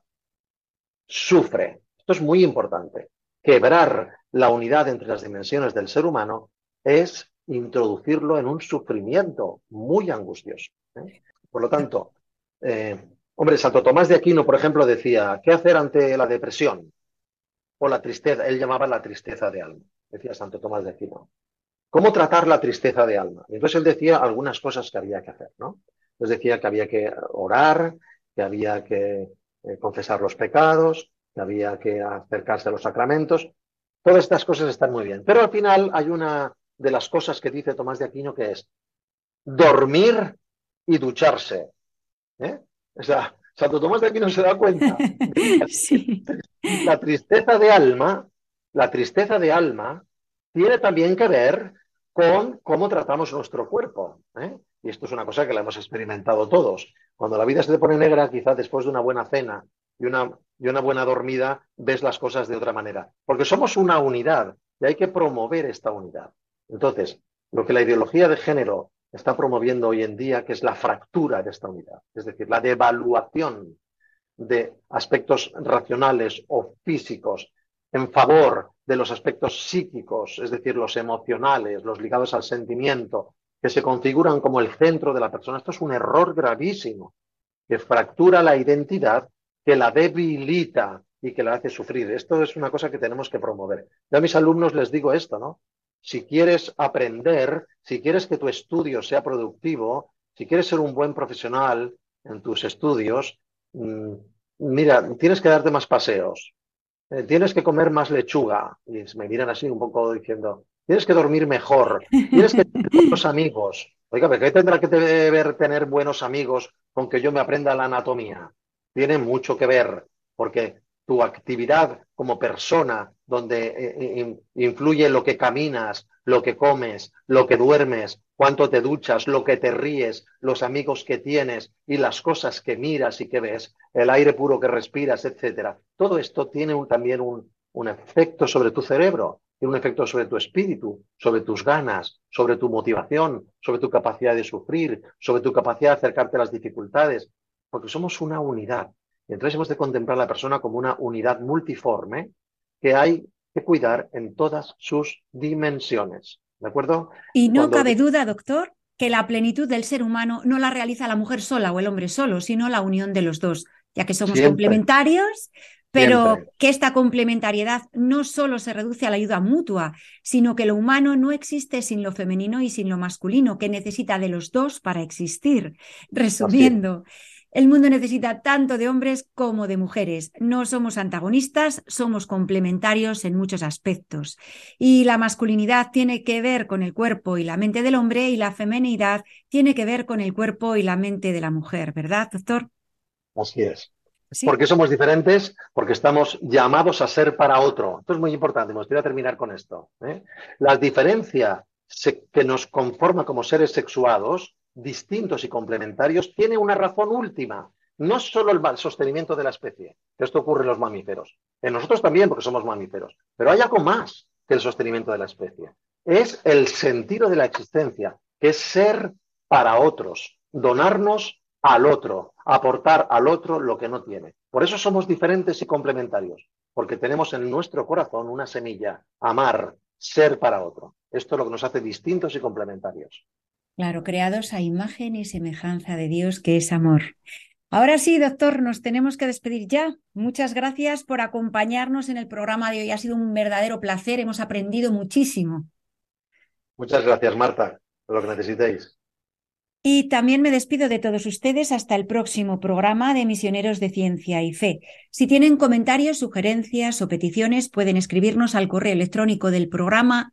sufre. Esto es muy importante. Quebrar la unidad entre las dimensiones del ser humano es introducirlo en un sufrimiento muy angustioso. Por lo tanto, hombre, Santo Tomás de Aquino, por ejemplo, decía, ¿qué hacer ante la depresión o la tristeza? Él llamaba la tristeza de alma, decía Santo Tomás de Aquino. ¿Cómo tratar la tristeza de alma? Y entonces él decía algunas cosas que había que hacer, ¿no? Entonces decía que había que orar, que había que confesar los pecados, que había que acercarse a los sacramentos. Todas estas cosas están muy bien. Pero al final hay una de las cosas que dice Tomás de Aquino, que es dormir y ducharse. O sea, Santo Tomás de Aquino se da cuenta de que Sí. la tristeza de alma tiene también que ver con cómo tratamos nuestro cuerpo. Y esto es una cosa que la hemos experimentado todos. Cuando la vida se te pone negra, quizás después de una buena cena y una buena dormida, ves las cosas de otra manera. Porque somos una unidad y hay que promover esta unidad. Entonces, lo que la ideología de género está promoviendo hoy en día, que es la fractura de esta unidad, es decir, la devaluación de aspectos racionales o físicos en favor de los aspectos psíquicos, es decir, los emocionales, los ligados al sentimiento, que se configuran como el centro de la persona. Esto es un error gravísimo, que fractura la identidad, que la debilita y que la hace sufrir. Esto es una cosa que tenemos que promover. Yo a mis alumnos les digo esto, ¿no? Si quieres aprender, si quieres que tu estudio sea productivo, si quieres ser un buen profesional en tus estudios, mira, tienes que darte más paseos, tienes que comer más lechuga. Y me miran así un poco diciendo, tienes que dormir mejor, tienes que tener buenos amigos. Oiga, ¿pero qué tendrá que ver tener buenos amigos con que yo me aprenda la anatomía? Tiene mucho que ver, porque tu actividad como persona, donde influye lo que caminas, lo que comes, lo que duermes, cuánto te duchas, lo que te ríes, los amigos que tienes y las cosas que miras y que ves, el aire puro que respiras, etcétera. Todo esto tiene también un efecto sobre tu cerebro, tiene un efecto sobre tu espíritu, sobre tus ganas, sobre tu motivación, sobre tu capacidad de sufrir, sobre tu capacidad de acercarte a las dificultades, porque somos una unidad. Y entonces hemos de contemplar a la persona como una unidad multiforme que hay que cuidar en todas sus dimensiones. ¿De acuerdo? Y no cabe duda, doctor, que la plenitud del ser humano no la realiza la mujer sola o el hombre solo, sino la unión de los dos, ya que somos complementarios, pero que esta complementariedad no solo se reduce a la ayuda mutua, sino que lo humano no existe sin lo femenino y sin lo masculino, que necesita de los dos para existir. Resumiendo, el mundo necesita tanto de hombres como de mujeres. No somos antagonistas, somos complementarios en muchos aspectos. Y la masculinidad tiene que ver con el cuerpo y la mente del hombre, y la feminidad tiene que ver con el cuerpo y la mente de la mujer, ¿verdad, doctor? Así es. ¿Sí? ¿Por qué somos diferentes? Porque estamos llamados a ser para otro. Esto es muy importante, me gustaría terminar con esto. La diferencia que nos conforma como seres sexuados, distintos y complementarios, tiene una razón última. No solo el sostenimiento de la especie, que esto ocurre en los mamíferos. En nosotros también, porque somos mamíferos. Pero hay algo más que el sostenimiento de la especie. Es el sentido de la existencia, que es ser para otros, donarnos al otro, aportar al otro lo que no tiene. Por eso somos diferentes y complementarios, porque tenemos en nuestro corazón una semilla, amar, ser para otro. Esto es lo que nos hace distintos y complementarios. Claro, creados a imagen y semejanza de Dios, que es amor. Ahora sí, doctor, nos tenemos que despedir ya. Muchas gracias por acompañarnos en el programa de hoy. Ha sido un verdadero placer, hemos aprendido muchísimo. Muchas gracias, Marta, por lo que necesitéis. Y también me despido de todos ustedes hasta el próximo programa de Misioneros de Ciencia y Fe. Si tienen comentarios, sugerencias o peticiones, pueden escribirnos al correo electrónico del programa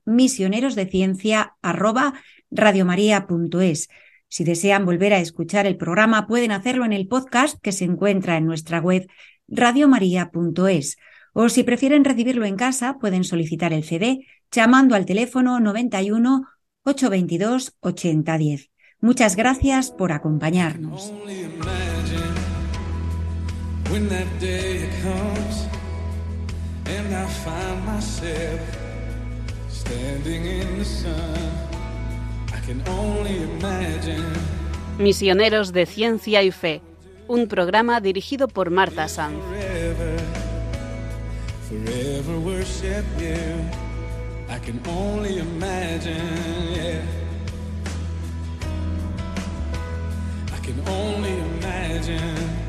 misionerosdeciencia@radiomaria.es. Si desean volver a escuchar el programa, pueden hacerlo en el podcast que se encuentra en nuestra web radiomaria.es. O si prefieren recibirlo en casa, pueden solicitar el CD llamando al teléfono 91 822 8010. Muchas gracias por acompañarnos. Misioneros de Ciencia y Fe, un programa dirigido por Marta Sanz. Forever worship you. I can only imagine, yeah. I can only imagine.